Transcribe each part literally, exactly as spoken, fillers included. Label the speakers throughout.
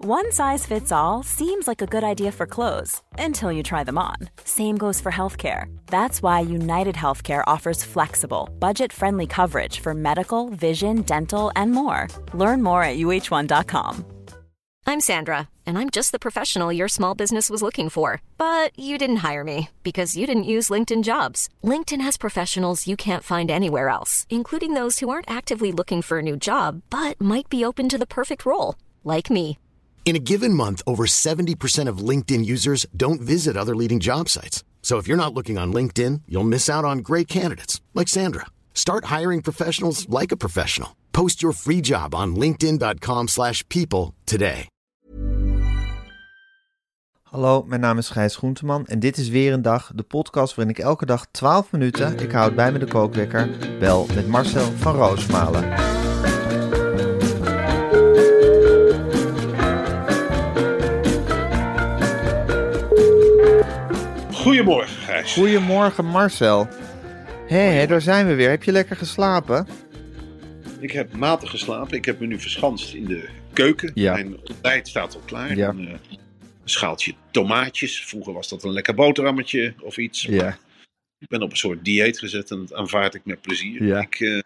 Speaker 1: One size fits all seems like a good idea for clothes until you try them on. Same goes for healthcare. That's why United Healthcare offers flexible, budget-friendly coverage for medical, vision, dental, and more. Learn more at U H one dot com.
Speaker 2: I'm Sandra, and I'm just the professional your small business was looking for. But you didn't hire me because you didn't use LinkedIn Jobs. LinkedIn has professionals you can't find anywhere else, including those who aren't actively looking for a new job, but might be open to the perfect role, like me.
Speaker 3: In a given month, over seventy percent of LinkedIn users don't visit other leading job sites. So if you're not looking on LinkedIn, you'll miss out on great candidates like Sandra. Start hiring professionals like a professional. Post your free job on linkedin dot com slash people today.
Speaker 4: Hallo, mijn naam is Gijs Groenteman en dit is weer een dag, de podcast waarin ik elke dag twaalf minuten, ik houd bij me de kookwekker, bel met Marcel van Roosmalen.
Speaker 5: Goedemorgen, Gijs.
Speaker 4: Goedemorgen, Marcel. Hé, hey, daar zijn we weer. Heb je lekker geslapen?
Speaker 5: Ik heb matig geslapen. Ik heb me nu verschanst in de keuken.
Speaker 4: Ja.
Speaker 5: Mijn ontbijt staat al klaar.
Speaker 4: Ja.
Speaker 5: Een, uh, een schaaltje tomaatjes. Vroeger was dat een lekker boterhammetje of iets.
Speaker 4: Ja.
Speaker 5: Maar ik ben op een soort dieet gezet en dat aanvaard ik met plezier.
Speaker 4: Ja.
Speaker 5: Ik, uh,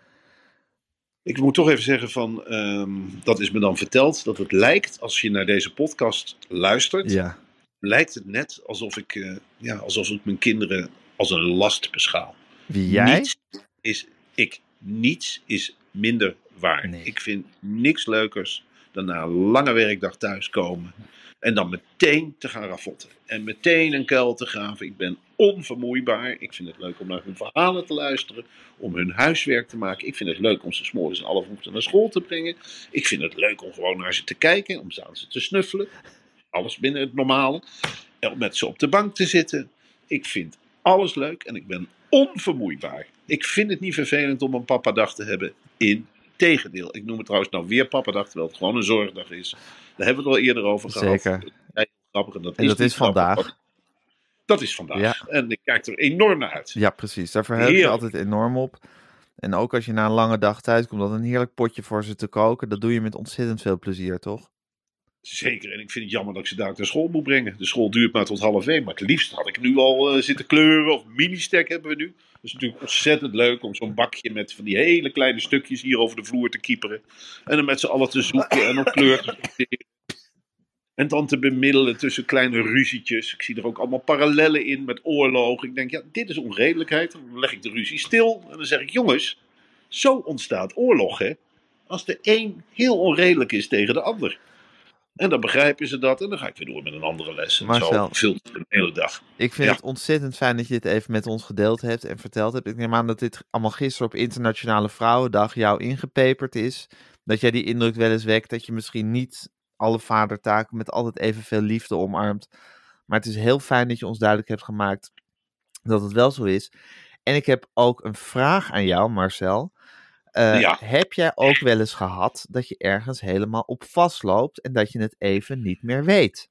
Speaker 5: ik moet toch even zeggen van, um, dat is me dan verteld, dat het lijkt als je naar deze podcast luistert.
Speaker 4: Ja.
Speaker 5: Lijkt het net alsof ik, uh, ja, alsof ik mijn kinderen als een last beschouw.
Speaker 4: Wie, jij?
Speaker 5: Niets is, ik, niets is minder waar.
Speaker 4: Nee.
Speaker 5: Ik vind niks leukers dan na een lange werkdag thuiskomen en dan meteen te gaan ravotten. En meteen een kuil te graven. Ik ben onvermoeibaar. Ik vind het leuk om naar hun verhalen te luisteren, om hun huiswerk te maken. Ik vind het leuk om ze 's morgens en alle vroegte naar school te brengen. Ik vind het leuk om gewoon naar ze te kijken, om aan ze te snuffelen. Alles binnen het normale. En om met ze op de bank te zitten. Ik vind alles leuk en ik ben onvermoeibaar. Ik vind het niet vervelend om een papadag te hebben. Integendeel. Ik noem het trouwens nou weer papadag, terwijl het gewoon een zorgdag is. Daar hebben we het al eerder over gehad.
Speaker 4: Zeker.
Speaker 5: Ja, grappig, en dat
Speaker 4: En
Speaker 5: is,
Speaker 4: dat
Speaker 5: niet
Speaker 4: is vandaag.
Speaker 5: grappig. Dat is vandaag.
Speaker 4: Ja.
Speaker 5: En ik kijk er enorm naar uit.
Speaker 4: Ja, precies. Daar verheug je
Speaker 5: Heerlijk.
Speaker 4: altijd enorm op. En ook als je na een lange dag thuis komt, dat een heerlijk potje voor ze te koken. Dat doe je met ontzettend veel plezier, toch?
Speaker 5: Zeker, en ik vind het jammer dat ik ze daar naar school moet brengen. De school duurt maar tot half één, maar het liefst had ik nu al uh, zitten kleuren. Of mini-stack hebben we nu. Dat is natuurlijk ontzettend leuk om zo'n bakje met van die hele kleine stukjes hier over de vloer te kieperen. En dan met z'n allen te zoeken en op kleur te sorteren. En dan te bemiddelen tussen kleine ruzietjes. Ik zie er ook allemaal parallellen in met oorlogen. Ik denk, ja, dit is onredelijkheid. Dan leg ik de ruzie stil en dan zeg ik, jongens, zo ontstaat oorlog, hè. Als de een heel onredelijk is tegen de ander. En dan begrijpen ze dat en dan ga ik weer door met een andere les. En
Speaker 4: Marcel,
Speaker 5: zo veel de hele dag.
Speaker 4: Ik vind
Speaker 5: Ja.
Speaker 4: het ontzettend fijn dat je dit even met ons gedeeld hebt en verteld hebt. Ik neem aan dat dit allemaal gisteren op Internationale Vrouwendag jou ingepeperd is. Dat jij die indruk wel eens wekt dat je misschien niet alle vadertaken met altijd evenveel liefde omarmt. Maar het is heel fijn dat je ons duidelijk hebt gemaakt dat het wel zo is. En ik heb ook een vraag aan jou, Marcel. Uh,
Speaker 5: Ja.
Speaker 4: Heb jij ook wel eens gehad dat je ergens helemaal op vastloopt en dat je het even niet meer weet?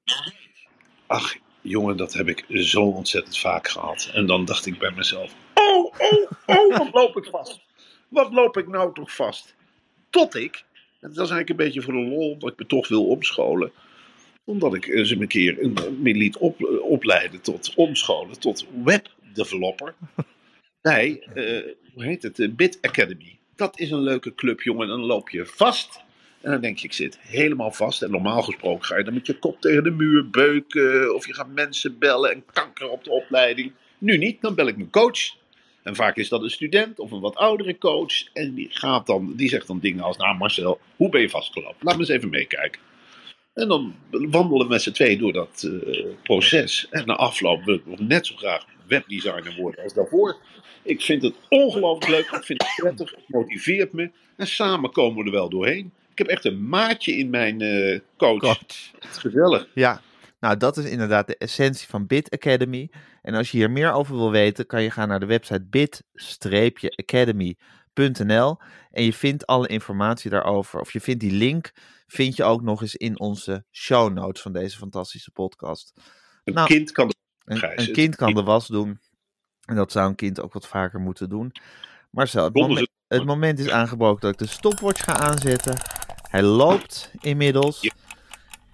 Speaker 5: Ach, jongen, dat heb ik zo ontzettend vaak gehad. En dan dacht ik bij mezelf, oh, oh, oh, wat loop ik vast. Wat loop ik nou toch vast? Tot ik, en dat is eigenlijk een beetje voor de lol, dat ik me toch wil omscholen. Omdat ik eens een keer een, me liet op, opleiden tot omscholen, tot webdeveloper. Bij, uh, hoe heet het, uh, Bit Academy. Dat is een leuke club, jongen. Dan loop je vast. En dan denk je, ik zit helemaal vast. En normaal gesproken ga je dan met je kop tegen de muur beuken. Of je gaat mensen bellen en kanker op de opleiding. Nu niet, dan bel ik mijn coach. En vaak is dat een student of een wat oudere coach. En die, gaat dan, die zegt dan dingen als, nou Marcel, hoe ben je vastgelopen? Laat me eens even meekijken. En dan wandelen we met z'n tweeën door dat uh, proces. En na afloop wil ik nog net zo graag webdesigner worden als daarvoor. Ik vind het ongelooflijk leuk. Ik vind het prettig. Het motiveert me. En samen komen we er wel doorheen. Ik heb echt een maatje in mijn uh, coach.
Speaker 4: Coach.
Speaker 5: Het is gezellig.
Speaker 4: Ja, nou dat is inderdaad de essentie van Bit Academy. En als je hier meer over wil weten, kan je gaan naar de website bit academy punt n l en je vindt alle informatie daarover. Of je vindt die link, vind je ook nog eens in onze show notes van deze fantastische podcast.
Speaker 5: Een
Speaker 4: Nou,
Speaker 5: kind kan de
Speaker 4: Een,
Speaker 5: Gijs,
Speaker 4: een kind kan
Speaker 5: het-
Speaker 4: de was doen. En dat zou een kind ook wat vaker moeten doen. Marcel, het,
Speaker 5: Konden
Speaker 4: moment, het moment is aangebroken dat ik de stopwatch ga aanzetten. Hij loopt inmiddels.
Speaker 5: Ja.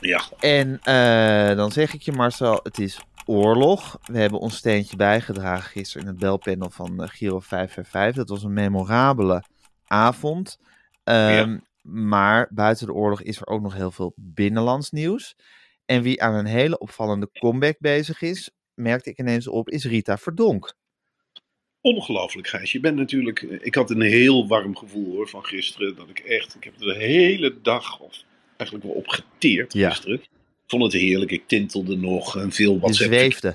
Speaker 5: Ja.
Speaker 4: En uh, dan zeg ik je, Marcel, het is oorlog. We hebben ons steentje bijgedragen gisteren in het belpanel van uh, Giro vijf vijf vijf. Dat was een memorabele avond. Um, ja. Maar buiten de oorlog is er ook nog heel veel binnenlands nieuws. En wie aan een hele opvallende comeback bezig is, merkte ik ineens op, is Rita Verdonk.
Speaker 5: Ongelooflijk, Gijs. Je bent natuurlijk... Ik had een heel warm gevoel hoor van gisteren. Dat ik echt... Ik heb er de hele dag of eigenlijk wel op geteerd gisteren. Ja. Ik vond het heerlijk. Ik tintelde nog en veel WhatsApp.
Speaker 4: Je zweefde.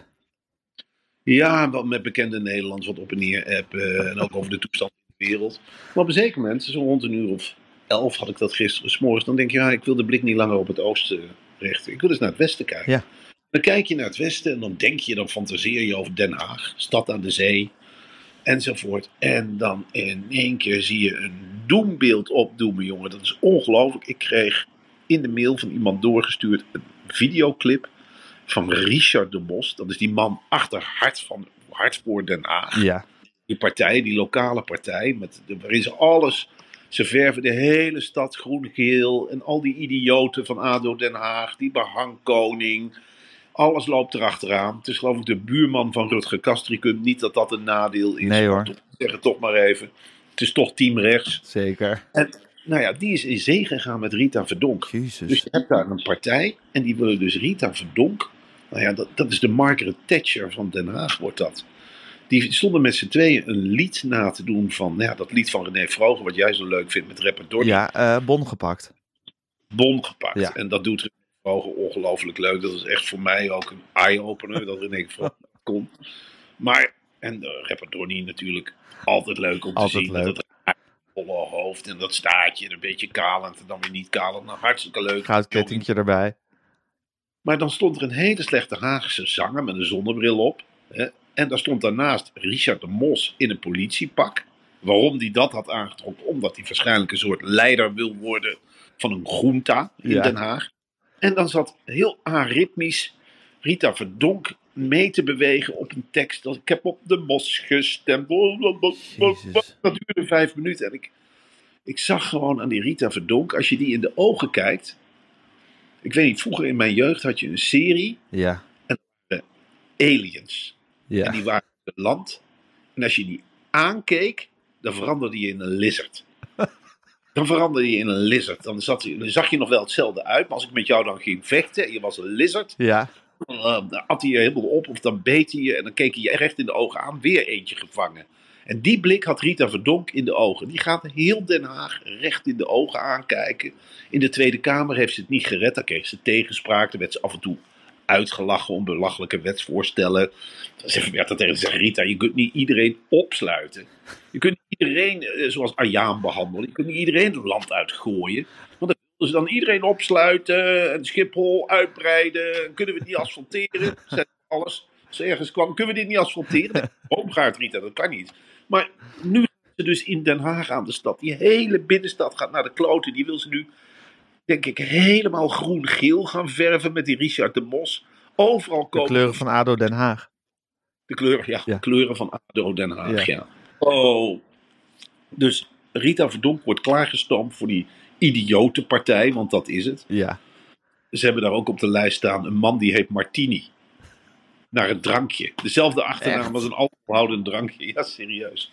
Speaker 5: Ja, wel met bekende Nederlands wat op en neer app. Uh, en ook over de toestand in de wereld. Maar op een zeker moment, zo rond een uur of elf had ik dat gisteren 's morgens. Dan denk je, ja, ik wil de blik niet langer op het oosten richten. Ik wil eens naar het westen kijken.
Speaker 4: Ja.
Speaker 5: Dan kijk je naar het westen en dan denk je, dan fantaseer je over Den Haag. Stad aan de zee. Enzovoort. En dan in één keer zie je een doembeeld opdoemen, jongen. Dat is ongelooflijk. Ik kreeg in de mail van iemand doorgestuurd een videoclip van Richard de Mos. Dat is die man achter Hart van Hartspoor Den Haag.
Speaker 4: Ja.
Speaker 5: Die partij, die lokale partij, met, waarin ze alles... Ze verven de hele stad groen-geel. En al die idioten van A D O Den Haag, die behangkoning... Alles loopt erachteraan. Het is geloof ik de buurman van Rutger Kastricum. Niet dat dat een nadeel is.
Speaker 4: Nee hoor.
Speaker 5: Ik zeg het toch maar even. Het is toch team rechts.
Speaker 4: Zeker.
Speaker 5: En nou ja, die is in zee gegaan met Rita Verdonk.
Speaker 4: Jezus.
Speaker 5: Dus je hebt daar een partij. En die willen dus Rita Verdonk. Nou ja, dat, dat is de Margaret Thatcher van Den Haag wordt dat. Die stonden met z'n tweeën een lied na te doen van... Nou ja, dat lied van René Vroger. Wat jij zo leuk vindt met rapper Donny.
Speaker 4: Ja, uh, Bon gepakt.
Speaker 5: Bon gepakt. Ja. En dat doet René Vroger ongelooflijk leuk. Dat is echt voor mij ook een eye-opener. Dat René Vroger kon. Maar, en de rapper Donny natuurlijk altijd leuk om te
Speaker 4: altijd
Speaker 5: zien.
Speaker 4: Leuk.
Speaker 5: Dat het volle hoofd en dat staartje. Een beetje kalend en dan weer niet kalend. Nou, hartstikke leuk.
Speaker 4: Goudkettingje erbij.
Speaker 5: Maar dan stond er een hele slechte Haagse zanger met een zonnebril op. Hè? En daar stond daarnaast Richard de Mos in een politiepak. Waarom die dat had aangetrokken? Omdat hij waarschijnlijk een soort leider wil worden van een junta in
Speaker 4: Ja. Den
Speaker 5: Haag. En dan zat heel aritmisch Rita Verdonk mee te bewegen op een tekst. Dat ik heb op de Mos gestemd.
Speaker 4: Jezus.
Speaker 5: Dat duurde vijf minuten. En ik, ik zag gewoon aan die Rita Verdonk, als je die in de ogen kijkt. Ik weet niet, vroeger in mijn jeugd had je een serie.
Speaker 4: Ja.
Speaker 5: En uh, Aliens.
Speaker 4: Ja.
Speaker 5: En die waren op het land. En als je die aankeek, dan veranderde je in een lizard. Dan veranderde je in een lizard. Dan, zat je, dan zag je nog wel hetzelfde uit. Maar als ik met jou dan ging vechten en je was een lizard.
Speaker 4: Ja.
Speaker 5: Dan, uh, dan at hij je helemaal op of dan beet hij je. En dan keek hij je recht in de ogen aan. Weer eentje gevangen. En die blik had Rita Verdonk in de ogen. Die gaat heel Den Haag recht in de ogen aankijken. In de Tweede Kamer heeft ze het niet gered. Daar kreeg ze tegenspraak. Daar werd ze af en toe uitgelachen om belachelijke wetsvoorstellen. Dan werd dat tegen ze zeggen, Rita, je kunt niet iedereen opsluiten. Je kunt niet iedereen eh, zoals Ayaan behandelen. Je kunt niet iedereen het land uitgooien. Want dan willen ze dan iedereen opsluiten en Schiphol uitbreiden. En kunnen we het niet asfalteren? Zei alles. Als er ergens kwam, kunnen we dit niet asfalteren? Boomgaard, Rita, dat kan niet. Maar nu is ze dus in Den Haag aan de stad. Die hele binnenstad gaat naar de kloten. Die wil ze nu, denk ik, helemaal groen-geel gaan verven met die Richard de Mos. Overal
Speaker 4: De
Speaker 5: komen...
Speaker 4: kleuren van A D O Den Haag.
Speaker 5: De kleuren, ja,
Speaker 4: Ja.
Speaker 5: kleuren van A D O Den Haag,
Speaker 4: Ja.
Speaker 5: ja. Oh. Dus Rita Verdonk wordt klaargestoomd voor die idiote partij, want dat is het.
Speaker 4: Ja.
Speaker 5: Ze hebben daar ook op de lijst staan een man die heet Martini. Naar het drankje. Dezelfde achternaam
Speaker 4: Echt?
Speaker 5: als een alcoholhoudend drankje. Ja, serieus.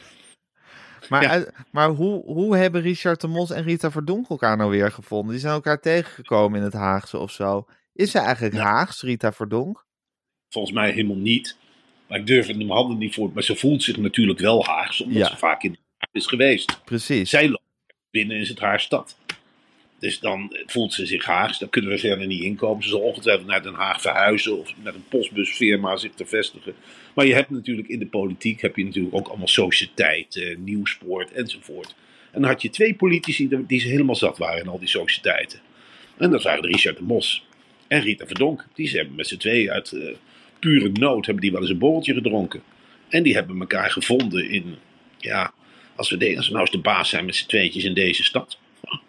Speaker 4: Maar,
Speaker 5: Ja.
Speaker 4: uit- maar hoe, hoe hebben Richard de Mos en Rita Verdonk elkaar nou weer gevonden? Die zijn elkaar tegengekomen in het Haagse of zo. Is ze eigenlijk
Speaker 5: Ja.
Speaker 4: Haags, Rita Verdonk?
Speaker 5: Volgens mij helemaal niet. Maar ik durf het in mijn handen niet voor. Maar ze voelt zich natuurlijk wel Haags, omdat
Speaker 4: Ja.
Speaker 5: ze vaak in de Haag is geweest.
Speaker 4: Precies.
Speaker 5: Zij loopt binnen is het haar stad. Dus dan voelt ze zich Haags. Daar kunnen we verder niet inkomen. Ze zal ongetwijfeld naar Den Haag verhuizen of met een postbusfirma zich te vestigen. Maar je hebt natuurlijk in de politiek heb je natuurlijk ook allemaal sociëteiten, nieuwsport enzovoort. En dan had je twee politici die ze helemaal zat waren in al die sociëteiten. En dat waren Richard de Mos en Rita Verdonk. Die ze hebben met z'n tweeën uit uh, pure nood hebben die wel eens een borreltje gedronken. En die hebben elkaar gevonden in, ja, als we, de, als we nou eens de baas zijn met z'n tweetjes in deze stad.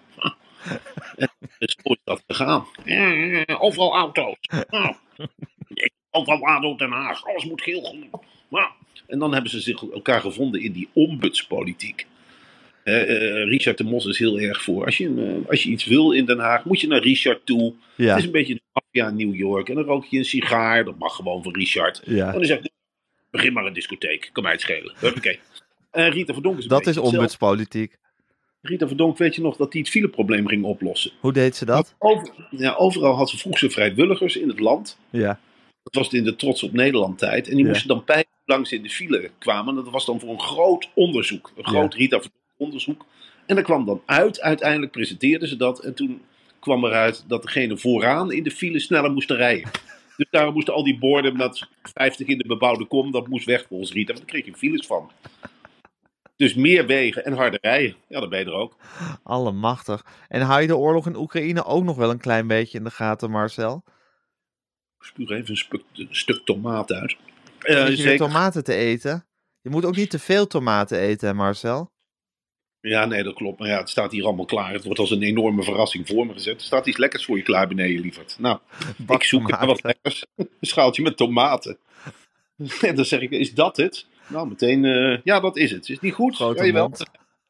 Speaker 5: En dus hoe is dat gegaan? Ja, overal auto's. Nou, overal A D O Den Haag. Alles moet geel groen. Nou, en dan hebben ze zich elkaar gevonden in die ombudspolitiek. Uh, uh, Richard de Mos is heel erg voor. Als je, uh, als je iets wil in Den Haag, moet je naar Richard toe.
Speaker 4: Ja.
Speaker 5: Het is een beetje de maffia in New York. En dan rook je een sigaar. Dat mag gewoon van Richard.
Speaker 4: Ja.
Speaker 5: En dan zeg je, begin maar een discotheek. Kan mij het schelen. Oké. Uh, Rita Verdonk is een
Speaker 4: Dat is
Speaker 5: beetje
Speaker 4: ombudspolitiek.
Speaker 5: Rita Verdonk, weet je nog dat die het fileprobleem ging oplossen?
Speaker 4: Hoe deed ze dat?
Speaker 5: Over, ja, overal had ze vroeg ze vrijwilligers in het land.
Speaker 4: Ja.
Speaker 5: Dat was in de Trots op Nederland tijd. En die
Speaker 4: Ja.
Speaker 5: moesten dan pijpen langs in de file kwamen. Dat was dan voor een groot onderzoek. Een groot
Speaker 4: Ja.
Speaker 5: Rita Verdonk onderzoek. En dat kwam dan uit. Uiteindelijk presenteerden ze dat. En toen kwam eruit dat degene vooraan in de file sneller moesten rijden. Dus daarom moesten al die borden met vijftig in de bebouwde kom. Dat moest weg volgens Rita. Want daar kreeg je files van. Dus meer wegen en harder rijden. Ja, dat ben je er ook.
Speaker 4: Allemachtig. En hou je de oorlog in Oekraïne ook nog wel een klein beetje in de gaten, Marcel?
Speaker 5: Spuug even een, spuk, een stuk tomaat uit. Uh,
Speaker 4: Moet je weer tomaten te eten? Je moet ook niet te veel tomaten eten, hè, Marcel?
Speaker 5: Ja, nee, dat klopt. Maar ja, het staat hier allemaal klaar. Het wordt als een enorme verrassing voor me gezet. Er staat iets lekkers voor je klaar beneden, lieverd. Nou,
Speaker 4: Bak
Speaker 5: ik zoek
Speaker 4: tomaten.
Speaker 5: wat lekkers. Een schaaltje met tomaten. En dan zeg ik, is dat het? Nou, meteen, uh, ja, dat is het. Is het niet goed?
Speaker 4: Grote
Speaker 5: ja,
Speaker 4: mond.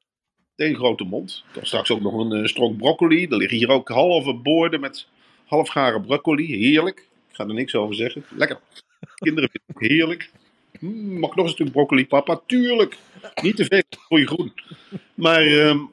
Speaker 5: Een grote mond. Dan straks ook nog een uh, strok broccoli. Er liggen hier ook halve borden met halfgare broccoli. Heerlijk. Ik ga er niks over zeggen. Lekker. Kinderen vinden het heerlijk. Mm, mag ik nog een stuk broccoli, papa? Tuurlijk. Niet te veel voor je groen. Maar um,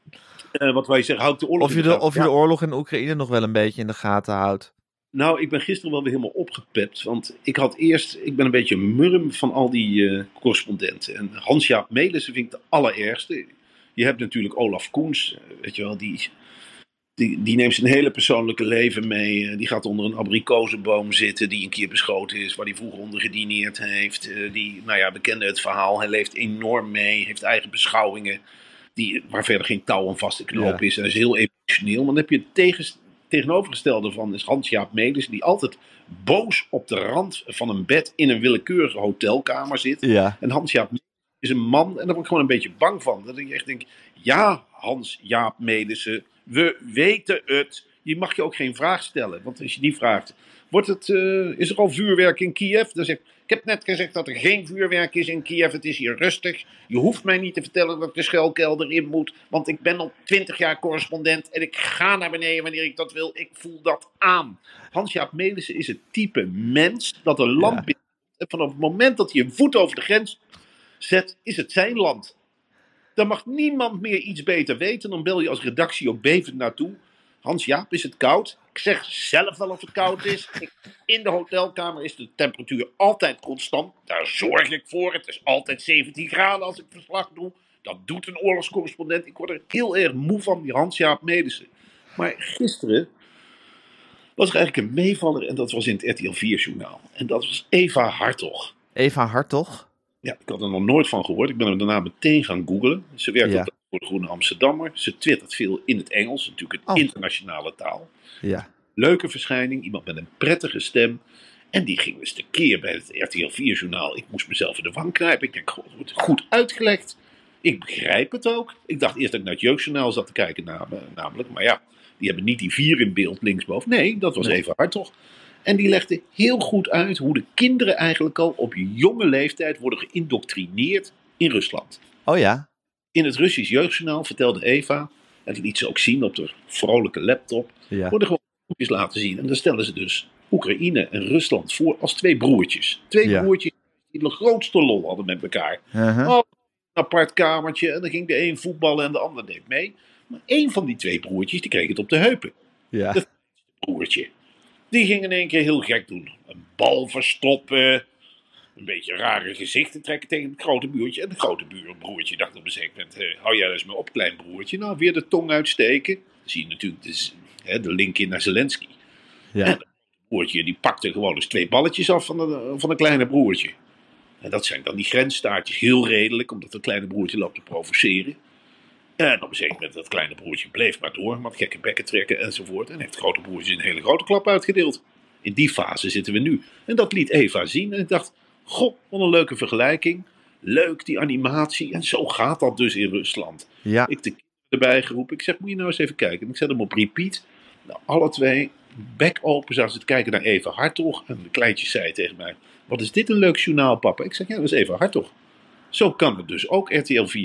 Speaker 5: uh, wat wij zeggen, houdt de oorlog
Speaker 4: Of je
Speaker 5: in
Speaker 4: de,
Speaker 5: gaten.
Speaker 4: of je
Speaker 5: Ja.
Speaker 4: de oorlog in Oekraïne nog wel een beetje in de gaten houdt.
Speaker 5: Nou, ik ben gisteren wel weer helemaal opgepept. Want ik had eerst, ik ben een beetje een murm van al die uh, correspondenten. En Hans-Jaap Melissen vind ik de allerergste. Je hebt natuurlijk Olaf Koens, uh, weet je wel, die, die, die neemt zijn hele persoonlijke leven mee. Uh, die gaat onder een abrikozenboom zitten die een keer beschoten is, waar hij vroeger onder gedineerd heeft. Uh, die, nou ja, we kennen het verhaal. Hij leeft enorm mee, heeft eigen beschouwingen, die, waar verder geen touw aan vast te knopen
Speaker 4: Ja.
Speaker 5: is. En hij is heel emotioneel. Maar dan heb je het tegen, tegenovergestelde van is Hans-Jaap Melissen, die altijd boos op de rand van een bed in een willekeurige hotelkamer zit.
Speaker 4: Ja.
Speaker 5: En Hans-Jaap is een man, en daar word ik gewoon een beetje bang van. Dat ik echt denk, ja, Hans-Jaap Melissen, we weten het. Je mag je ook geen vraag stellen. Want als je die vraagt, wordt het, uh, is er al vuurwerk in Kiev? Dan zeg ik, ik heb net gezegd dat er geen vuurwerk is in Kiev. Het is hier rustig. Je hoeft mij niet te vertellen dat ik de schuilkelder in moet. Want ik ben al twintig jaar correspondent. En ik ga naar beneden wanneer ik dat wil. Ik voel dat aan. Hans-Jaap Melissen is het type mens dat een land
Speaker 4: Ja.
Speaker 5: binnen. En vanaf het moment dat hij een voet over de grens zet, is het zijn land. Dan mag niemand meer iets beter weten. Dan bel je als redactie ook bevend naartoe. Hans-Jaap, is het koud? Ik zeg zelf wel of het koud is. Ik, in de hotelkamer is de temperatuur altijd constant. Daar zorg ik voor. Het is altijd zeventien graden als ik verslag doe. Dat doet een oorlogscorrespondent. Ik word er heel erg moe van, die Hans-Jaap Melissen. Maar gisteren was er eigenlijk een meevaller. En dat was in het R T L vier journaal. En dat was Eva Hartog.
Speaker 4: Eva Hartog.
Speaker 5: Ja, ik had er nog nooit van gehoord. Ik ben er daarna meteen gaan googlen. Ze werkt
Speaker 4: Ja.
Speaker 5: op de, voor de Groene Amsterdammer. Ze twittert veel in het Engels. Natuurlijk een
Speaker 4: Oh.
Speaker 5: internationale taal.
Speaker 4: Ja.
Speaker 5: Leuke verschijning. Iemand met een prettige stem. En die ging eens tekeer bij het R T L vier journaal. Ik moest mezelf in de wang knijpen. Ik denk, god, het wordt goed uitgelegd. Ik begrijp het ook. Ik dacht eerst dat ik naar het Jeugdjournaal zat te kijken nam- namelijk. Maar ja, die hebben niet die vier in beeld linksboven. Nee, dat was
Speaker 4: Nee.
Speaker 5: Eva Hartog. En die legde heel goed uit hoe de kinderen eigenlijk al op jonge leeftijd worden geïndoctrineerd in Rusland.
Speaker 4: Oh ja.
Speaker 5: In het Russisch Jeugdjournaal vertelde Eva, en dat liet ze ook zien op de vrolijke laptop,
Speaker 4: Ja.
Speaker 5: worden gewoon filmpjes laten zien. En dan stellen ze dus Oekraïne en Rusland voor als twee broertjes. Twee
Speaker 4: Ja.
Speaker 5: broertjes die de grootste lol hadden met elkaar.
Speaker 4: Uh-huh.
Speaker 5: Oh, een apart kamertje en dan ging de een voetballen en de ander deed mee. Maar één van die twee broertjes die kreeg het op de heupen.
Speaker 4: Ja.
Speaker 5: de- Broertje. Die ging in één keer heel gek doen. Een bal verstoppen. Een beetje rare gezichten trekken tegen het grote buurtje. En het grote buurbroertje dacht op een zeker moment, eh, hou jij eens maar op, klein broertje. Nou, weer de tong uitsteken. Dan zie je natuurlijk dus, hè, de link in naar Zelensky.
Speaker 4: Ja.
Speaker 5: En het broertje die pakte gewoon eens twee balletjes af van een van een kleine broertje. En dat zijn dan die grensstaartjes, heel redelijk, omdat het kleine broertje loopt te provoceren. En op een zeker moment dat kleine broertje bleef maar door, maar gekke bekken trekken enzovoort. En heeft het grote broertje een hele grote klap uitgedeeld. In die fase zitten we nu. En dat liet Eva zien. En ik dacht, goh, wat een leuke vergelijking. Leuk, die animatie. En zo gaat dat dus in Rusland.
Speaker 4: Ja.
Speaker 5: Ik de kinderen erbij geroepen. Ik zeg, moet je nou eens even kijken. En ik zet hem op repeat. Nou, alle twee, bek open, zaten ze te kijken naar Eva Hartog. En de kleintje zei tegen mij, wat is dit een leuk journaal, papa? Ik zeg, ja, dat is Eva Hartog. Zo kan het dus ook, R T L vier.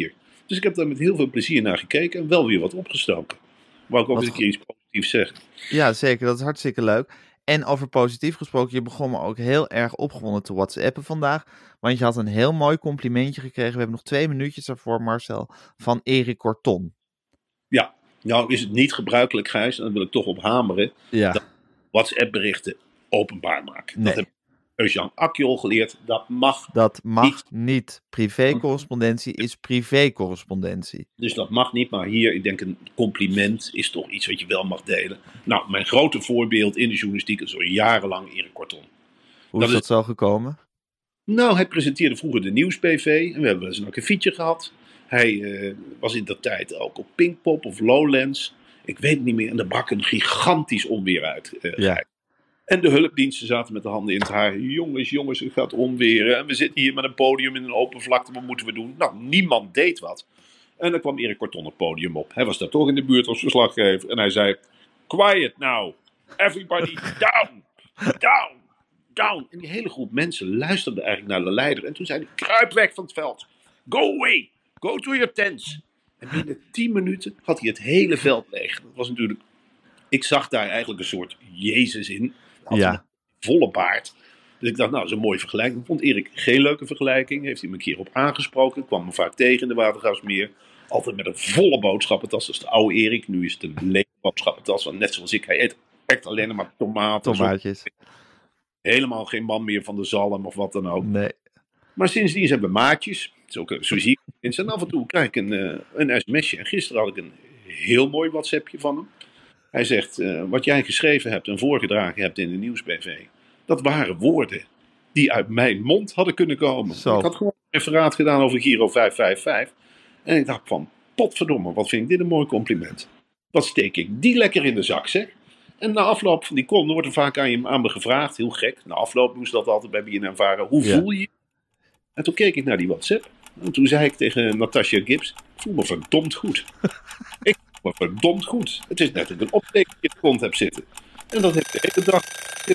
Speaker 5: Dus ik heb daar met heel veel plezier naar gekeken en wel weer wat opgestoken. Wou ik ook
Speaker 4: Wat
Speaker 5: eens een keer iets positiefs zeggen.
Speaker 4: Ja, zeker. Dat is hartstikke leuk. En over positief gesproken, je begon me ook heel erg opgewonden te whatsappen vandaag. Want je had een heel mooi complimentje gekregen. We hebben nog twee minuutjes daarvoor, Marcel, van Erik Corton.
Speaker 5: Ja, nou is het niet gebruikelijk, Gijs, en daar wil ik toch op hameren,
Speaker 4: Ja.
Speaker 5: dat WhatsApp-berichten openbaar maken.
Speaker 4: Nee.
Speaker 5: Dat heb Eusjan Akjol geleerd, dat mag
Speaker 4: Dat mag
Speaker 5: niet.
Speaker 4: niet. Privécorrespondentie is privécorrespondentie.
Speaker 5: Dus dat mag niet, maar hier, ik denk een compliment is toch iets wat je wel mag delen. Nou, mijn grote voorbeeld in de journalistiek is al jarenlang Erik Corton.
Speaker 4: Hoe
Speaker 5: Dat
Speaker 4: is dat
Speaker 5: is-
Speaker 4: zo gekomen?
Speaker 5: Nou, hij presenteerde vroeger de Nieuws-P V en we hebben wel eens een akkefietje gehad. Hij eh, was in dat tijd ook op Pinkpop of Lowlands. Ik weet het niet meer. En er brak een gigantisch onweer uit. eh,
Speaker 4: Ja.
Speaker 5: Gijs. En de hulpdiensten zaten met de handen in het haar. Jongens, jongens, het gaat onweren. En we zitten hier met een podium in een open vlakte. Wat moeten we doen? Nou, niemand deed wat. En dan kwam Erik Corton het podium op. Hij was daar toch in de buurt als verslaggever. En hij zei, quiet now. Everybody down. Down. Down. En die hele groep mensen luisterde eigenlijk naar de leider. En toen zei hij, kruip weg van het veld. Go away. Go to your tents. En binnen tien minuten had hij het hele veld leeg. Dat was natuurlijk... Ik zag daar eigenlijk een soort Jezus in. Had
Speaker 4: Ja.
Speaker 5: een volle baard. Dus ik dacht, nou, dat is een mooie vergelijking. Vond Erik geen leuke vergelijking. Heeft hij me een keer op aangesproken. Ik kwam me vaak tegen in de Watergraafsmeer. Altijd met een volle boodschappentas. Dat is de oude Erik. Nu is het een lege boodschappentas. Want net zoals ik, hij eet echt alleen maar tomaten.
Speaker 4: Tomaatjes.
Speaker 5: Helemaal geen man meer van de zalm of wat dan ook.
Speaker 4: Nee.
Speaker 5: Maar sindsdien zijn we maatjes. Zo, zo zie ik het. En af en toe krijg ik een, uh, een sms'je. En gisteren had ik een heel mooi WhatsAppje van hem. Hij zegt, uh, wat jij geschreven hebt en voorgedragen hebt in de Nieuws-P V. Dat waren woorden die uit mijn mond hadden kunnen komen.
Speaker 4: Zo.
Speaker 5: Ik had gewoon een referaat gedaan over Giro vijf vijf vijf. En ik dacht van, potverdomme, wat vind ik dit een mooi compliment. Wat steek ik die lekker in de zak, zeg. En na afloop van die column wordt er vaak aan, je, aan me gevraagd, heel gek. Na afloop moest dat altijd bij B N N Vara. Hoe
Speaker 4: Ja.
Speaker 5: voel je je? En toen keek ik naar die WhatsApp. En toen zei ik tegen Natasja Gibbs, ik voel me verdomd goed. Ik voel me verdomd goed. Het is net dat ik een opsteker in de kont heb zitten. En dat heeft de hele dag...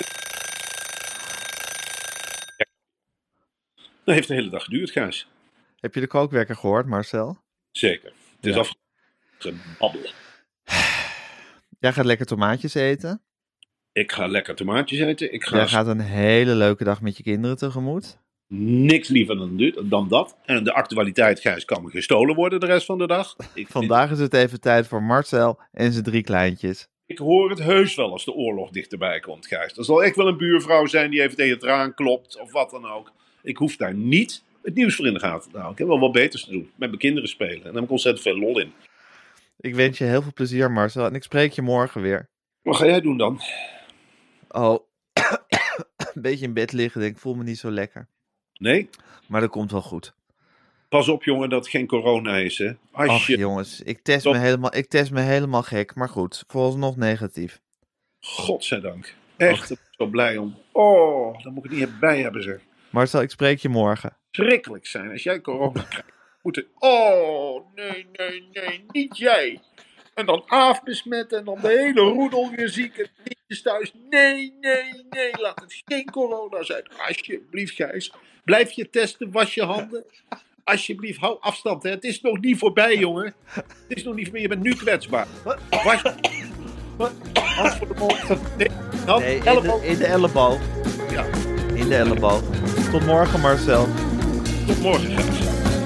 Speaker 5: Dat heeft de hele dag geduurd, Gijs.
Speaker 4: Heb je de kookwekker gehoord, Marcel?
Speaker 5: Zeker. Het is
Speaker 4: Ja.
Speaker 5: afgelopen. Gebabbel.
Speaker 4: Jij gaat lekker tomaatjes eten.
Speaker 5: Ik ga lekker tomaatjes eten. Ik ga
Speaker 4: Jij gaat een hele leuke dag met je kinderen tegemoet.
Speaker 5: niks liever dan, dit, dan dat. En de actualiteit, Gijs, kan me gestolen worden de rest van de dag. Ik, vind-
Speaker 4: Vandaag is het even tijd voor Marcel en zijn drie kleintjes.
Speaker 5: ik hoor het heus wel als de oorlog dichterbij komt, Gijs. Er zal echt wel een buurvrouw zijn die even tegen het raam klopt of wat dan ook. Ik hoef daar niet het nieuws voor in de gaten te houden. Ik heb wel wat beters te doen. Met mijn kinderen spelen. En daar heb ik ontzettend veel lol in.
Speaker 4: Ik wens je heel veel plezier, Marcel. En ik spreek je morgen weer.
Speaker 5: Wat ga jij doen dan?
Speaker 4: Oh, een beetje in bed liggen. Denk, ik voel me niet zo lekker.
Speaker 5: Nee?
Speaker 4: Maar dat komt wel goed.
Speaker 5: Pas op, jongen, dat het geen corona is, hè? Als
Speaker 4: Ach
Speaker 5: je...
Speaker 4: jongens, ik test,
Speaker 5: Top.
Speaker 4: me helemaal, ik test me helemaal gek. Maar goed, vooralsnog negatief.
Speaker 5: Godzijdank. Echt, ik ben zo blij om. Oh, daar moet ik het niet bij hebben, zeg.
Speaker 4: Marcel, ik spreek je morgen.
Speaker 5: Schrikkelijk zijn. Als jij corona krijgt, moet het... Oh, nee, nee, nee, niet jij. En dan Aaf besmetten en dan de hele roedel weer ziek en kindjes thuis. Nee, nee, nee, laat het geen corona zijn. Alsjeblieft, Gijs. Blijf je testen, was je handen. Alsjeblieft, hou afstand. Hè. Het is nog niet voorbij, jongen. Het is nog niet voorbij, je bent nu kwetsbaar. Was je... Hand voor de mond. Nee, hand,
Speaker 4: Nee, in
Speaker 5: elleboog.
Speaker 4: de, in de elleboog.
Speaker 5: Ja,
Speaker 4: In de elleboog. Tot morgen, Marcel.
Speaker 5: tot morgen, Gijs.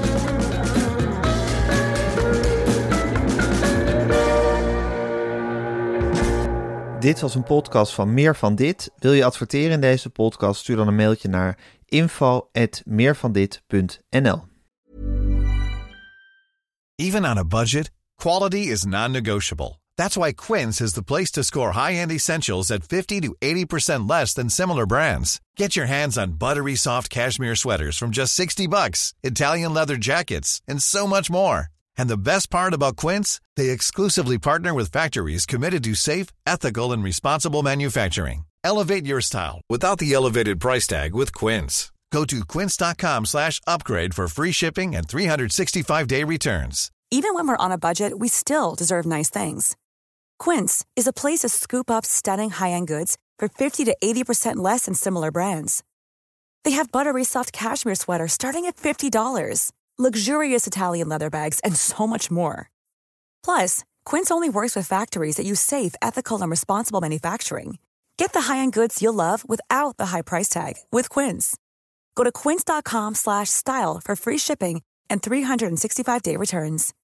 Speaker 4: Dit was een podcast van Meer van Dit. Wil je adverteren in deze podcast? Stuur dan een mailtje naar info at meervandit punt n l.
Speaker 6: Even on a budget, quality is non-negotiable. That's why Quince is the place to score high-end essentials at fifty to eighty percent less than similar brands. Get your hands on buttery soft cashmere sweaters from just sixty bucks, Italian leather jackets, and so much more. And the best part about Quince, they exclusively partner with factories committed to safe, ethical, and responsible manufacturing. Elevate your style without the elevated price tag with Quince. Go to quince.com slash upgrade for free shipping and three sixty-five day returns.
Speaker 7: Even when we're on a budget, we still deserve nice things. Quince is a place to scoop up stunning high-end goods for fifty to eighty percent less than similar brands. They have buttery soft cashmere sweaters starting at fifty dollars, luxurious Italian leather bags, and so much more. Plus, Quince only works with factories that use safe, ethical, and responsible manufacturing. Get the high-end goods you'll love without the high price tag with Quince. Go to quince.com slash style for free shipping and three sixty-five day returns.